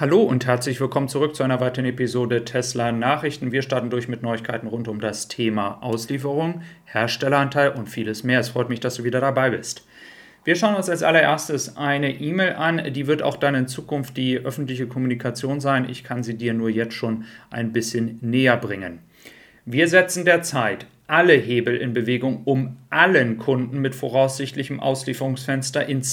Hallo und herzlich willkommen zurück zu einer weiteren Episode Tesla Nachrichten. Wir starten durch mit Neuigkeiten rund um das Thema Auslieferung, Herstelleranteil und vieles mehr. Es freut mich, dass du wieder dabei bist. Wir schauen uns als allererstes eine E-Mail an, die wird auch dann in Zukunft die öffentliche Kommunikation sein. Ich kann sie dir nur jetzt schon ein bisschen näher bringen. Wir setzen derzeit alle Hebel in Bewegung, um allen Kunden mit voraussichtlichem Auslieferungsfenster in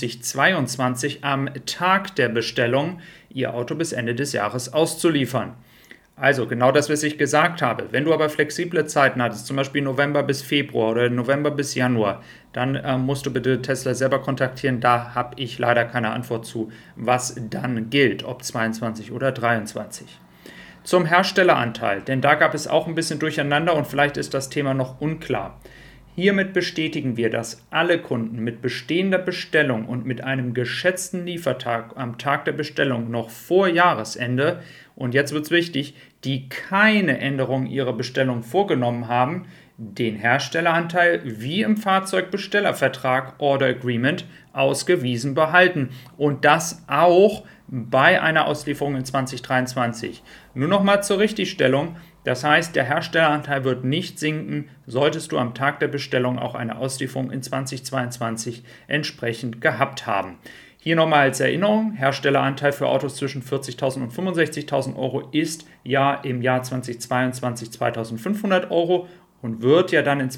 2022 am Tag der Bestellung ihr Auto bis Ende des Jahres auszuliefern. Also genau das, was ich gesagt habe. Wenn du aber flexible Zeiten hattest, zum Beispiel November bis Februar oder November bis Januar, dann musst du bitte Tesla selber kontaktieren. Da habe ich leider keine Antwort zu, was dann gilt, ob 22 oder 23. Zum Herstelleranteil, denn da gab es auch ein bisschen Durcheinander und vielleicht ist das Thema noch unklar. Hiermit bestätigen wir, dass alle Kunden mit bestehender Bestellung und mit einem geschätzten Liefertag am Tag der Bestellung noch vor Jahresende, und jetzt wird es wichtig, die keine Änderung ihrer Bestellung vorgenommen haben, den Herstelleranteil wie im Fahrzeugbestellervertrag Order Agreement ausgewiesen behalten und das auch bei einer Auslieferung in 2023. Nur nochmal zur Richtigstellung, das heißt, der Herstelleranteil wird nicht sinken, solltest du am Tag der Bestellung auch eine Auslieferung in 2022 entsprechend gehabt haben. Hier nochmal als Erinnerung, Herstelleranteil für Autos zwischen 40.000 und 65.000 Euro ist ja im Jahr 2022 2.500 Euro und wird ja dann in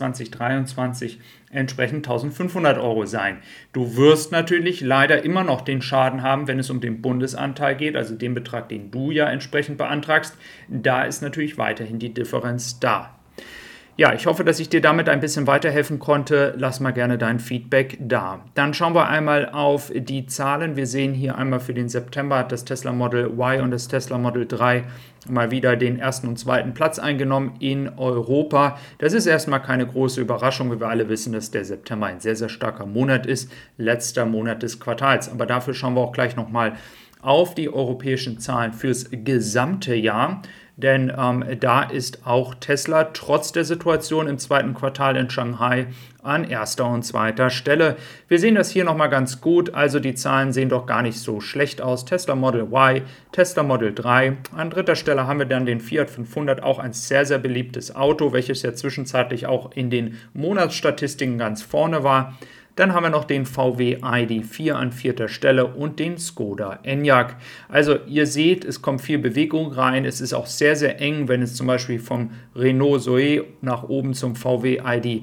2023 entsprechend 1.500 Euro sein. Du wirst natürlich leider immer noch den Schaden haben, wenn es um den Bundesanteil geht, also den Betrag, den du ja entsprechend beantragst. Da ist natürlich weiterhin die Differenz da. Ja, ich hoffe, dass ich dir damit ein bisschen weiterhelfen konnte. Lass mal gerne dein Feedback da. Dann schauen wir einmal auf die Zahlen. Wir sehen hier einmal für den September hat das Tesla Model Y und das Tesla Model 3 mal wieder den ersten und zweiten Platz eingenommen in Europa. Das ist erstmal keine große Überraschung, weil wir alle wissen, dass der September ein sehr, sehr starker Monat ist. Letzter Monat des Quartals. Aber dafür schauen wir auch gleich nochmal auf die europäischen Zahlen fürs gesamte Jahr. Denn da ist auch Tesla trotz der Situation im zweiten Quartal in Shanghai an erster und zweiter Stelle. Wir sehen das hier nochmal ganz gut, also die Zahlen sehen doch gar nicht so schlecht aus. Tesla Model Y, Tesla Model 3, an dritter Stelle haben wir dann den Fiat 500, auch ein sehr, sehr beliebtes Auto, welches ja zwischenzeitlich auch in den Monatsstatistiken ganz vorne war. Dann haben wir noch den VW ID.4 an vierter Stelle und den Skoda Enyaq. Also ihr seht, es kommt viel Bewegung rein. Es ist auch sehr, sehr eng, wenn es zum Beispiel vom Renault Zoe nach oben zum VW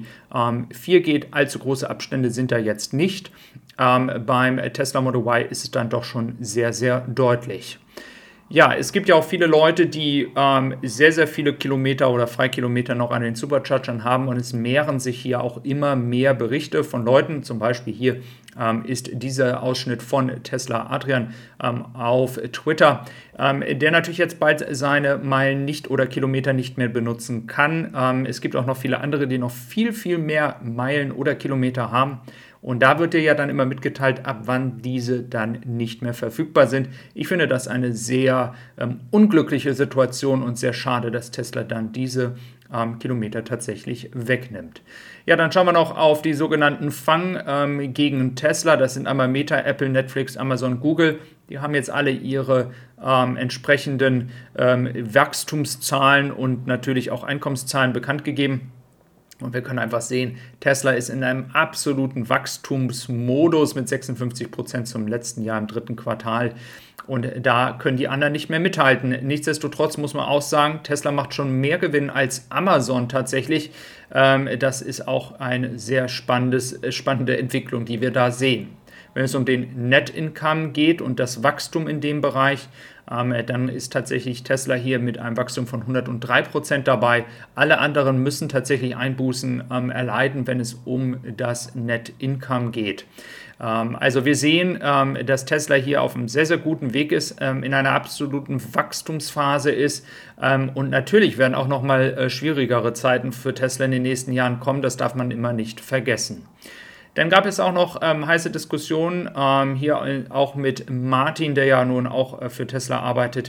ID.4 geht. Allzu große Abstände sind da jetzt nicht. Beim Tesla Model Y ist es dann doch schon sehr, sehr deutlich. Ja, es gibt ja auch viele Leute, die sehr, sehr viele Kilometer oder Freikilometer noch an den Superchargern haben und es mehren sich hier auch immer mehr Berichte von Leuten, zum Beispiel hier ist dieser Ausschnitt von Tesla Adrian auf Twitter, der natürlich jetzt bald seine Meilen nicht oder Kilometer nicht mehr benutzen kann. Es gibt auch noch viele andere, die noch viel, viel mehr Meilen oder Kilometer haben. Und da wird dir ja dann immer mitgeteilt, ab wann diese dann nicht mehr verfügbar sind. Ich finde das eine sehr unglückliche Situation und sehr schade, dass Tesla dann diese Kilometer tatsächlich wegnimmt. Ja, dann schauen wir noch auf die sogenannten Fang gegen Tesla. Das sind einmal Meta, Apple, Netflix, Amazon, Google. Die haben jetzt alle ihre entsprechenden Wachstumszahlen und natürlich auch Einkommenszahlen bekannt gegeben. Und wir können einfach sehen, Tesla ist in einem absoluten Wachstumsmodus mit 56% zum letzten Jahr im dritten Quartal. Und da können die anderen nicht mehr mithalten. Nichtsdestotrotz muss man auch sagen, Tesla macht schon mehr Gewinn als Amazon tatsächlich. Das ist auch eine sehr spannende Entwicklung, die wir da sehen. Wenn es um den Net Income geht und das Wachstum in dem Bereich, dann ist tatsächlich Tesla hier mit einem Wachstum von 103% dabei. Alle anderen müssen tatsächlich Einbußen erleiden, wenn es um das Net Income geht. Also wir sehen, dass Tesla hier auf einem sehr, sehr guten Weg ist, in einer absoluten Wachstumsphase ist. Und natürlich werden auch nochmal schwierigere Zeiten für Tesla in den nächsten Jahren kommen. Das darf man immer nicht vergessen. Dann gab es auch noch heiße Diskussionen, hier auch mit Martin, der ja nun auch für Tesla arbeitet,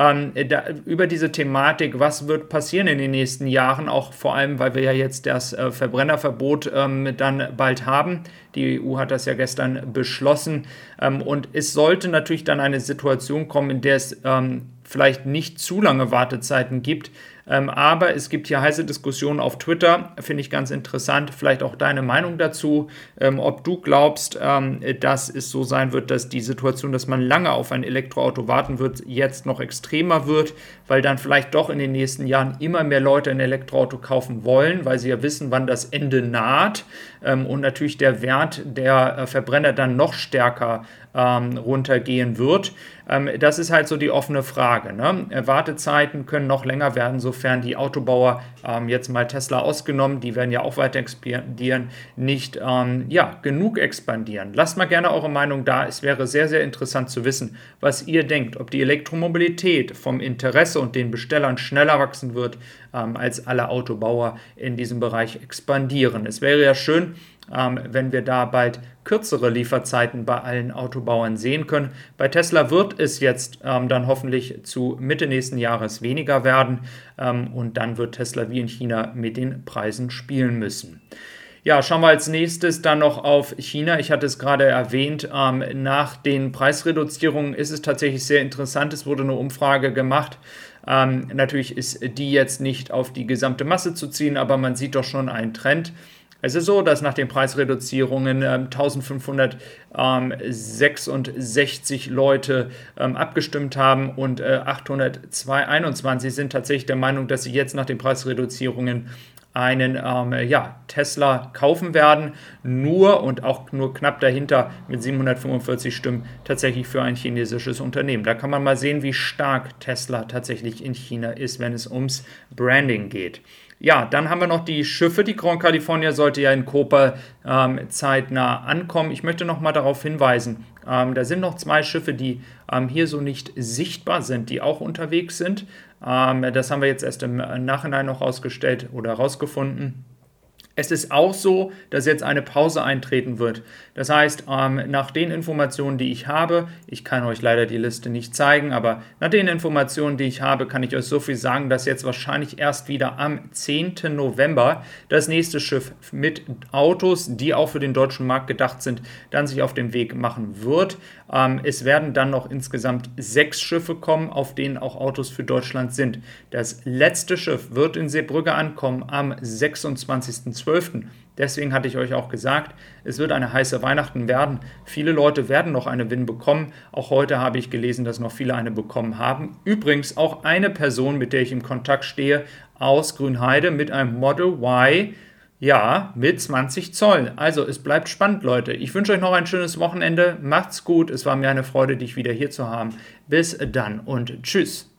über diese Thematik, was wird passieren in den nächsten Jahren, auch vor allem, weil wir ja jetzt das Verbrennerverbot dann bald haben. Die EU hat das ja gestern beschlossen. Und es sollte natürlich dann eine Situation kommen, in der es vielleicht nicht zu lange Wartezeiten gibt. Aber es gibt hier heiße Diskussionen auf Twitter, finde ich ganz interessant. Vielleicht auch deine Meinung dazu, ob du glaubst, dass es so sein wird, dass die Situation, dass man lange auf ein Elektroauto warten wird, jetzt noch extremer wird, weil dann vielleicht doch in den nächsten Jahren immer mehr Leute ein Elektroauto kaufen wollen, weil sie ja wissen, wann das Ende naht und natürlich der Wert der Verbrenner dann noch stärker runtergehen wird. Das ist halt so die offene Frage. Ne? Wartezeiten können noch länger werden, sofern die Autobauer, jetzt mal Tesla ausgenommen, die werden ja auch weiter expandieren, nicht genug expandieren. Lasst mal gerne eure Meinung da. Es wäre sehr, sehr interessant zu wissen, was ihr denkt, ob die Elektromobilität vom Interesse und den Bestellern schneller wachsen wird, als alle Autobauer in diesem Bereich expandieren. Es wäre ja schön, wenn wir da bald kürzere Lieferzeiten bei allen Autobauern sehen können. Bei Tesla wird es jetzt dann hoffentlich zu Mitte nächsten Jahres weniger werden und dann wird Tesla wie in China mit den Preisen spielen müssen. Ja, schauen wir als nächstes dann noch auf China. Ich hatte es gerade erwähnt, nach den Preisreduzierungen ist es tatsächlich sehr interessant. Es wurde eine Umfrage gemacht. Natürlich ist die jetzt nicht auf die gesamte Masse zu ziehen, aber man sieht doch schon einen Trend. Es ist so, dass nach den Preisreduzierungen 1566 Leute abgestimmt haben und 821 sind tatsächlich der Meinung, dass sie jetzt nach den Preisreduzierungen einen Tesla kaufen werden, nur knapp dahinter mit 745 Stimmen tatsächlich für ein chinesisches Unternehmen. Da kann man mal sehen, wie stark Tesla tatsächlich in China ist, wenn es ums Branding geht. Ja, dann haben wir noch die Schiffe. Die Grand California sollte ja in Copa zeitnah ankommen. Ich möchte noch mal darauf hinweisen, da sind noch 2 Schiffe, die hier so nicht sichtbar sind, die auch unterwegs sind. Das haben wir jetzt erst im Nachhinein noch rausgefunden. Es ist auch so, dass jetzt eine Pause eintreten wird. Das heißt, nach den Informationen, die ich habe, ich kann euch leider die Liste nicht zeigen, aber nach den Informationen, die ich habe, kann ich euch so viel sagen, dass jetzt wahrscheinlich erst wieder am 10. November das nächste Schiff mit Autos, die auch für den deutschen Markt gedacht sind, dann sich auf den Weg machen wird. Es werden dann noch insgesamt 6 Schiffe kommen, auf denen auch Autos für Deutschland sind. Das letzte Schiff wird in Seebrugge ankommen am 26.12. Deswegen hatte ich euch auch gesagt, es wird eine heiße Weihnachten werden. Viele Leute werden noch eine WIN bekommen. Auch heute habe ich gelesen, dass noch viele eine bekommen haben. Übrigens auch eine Person, mit der ich im Kontakt stehe, aus Grünheide mit einem Model Y, ja, mit 20 Zoll. Also es bleibt spannend, Leute. Ich wünsche euch noch ein schönes Wochenende. Macht's gut. Es war mir eine Freude, dich wieder hier zu haben. Bis dann und tschüss.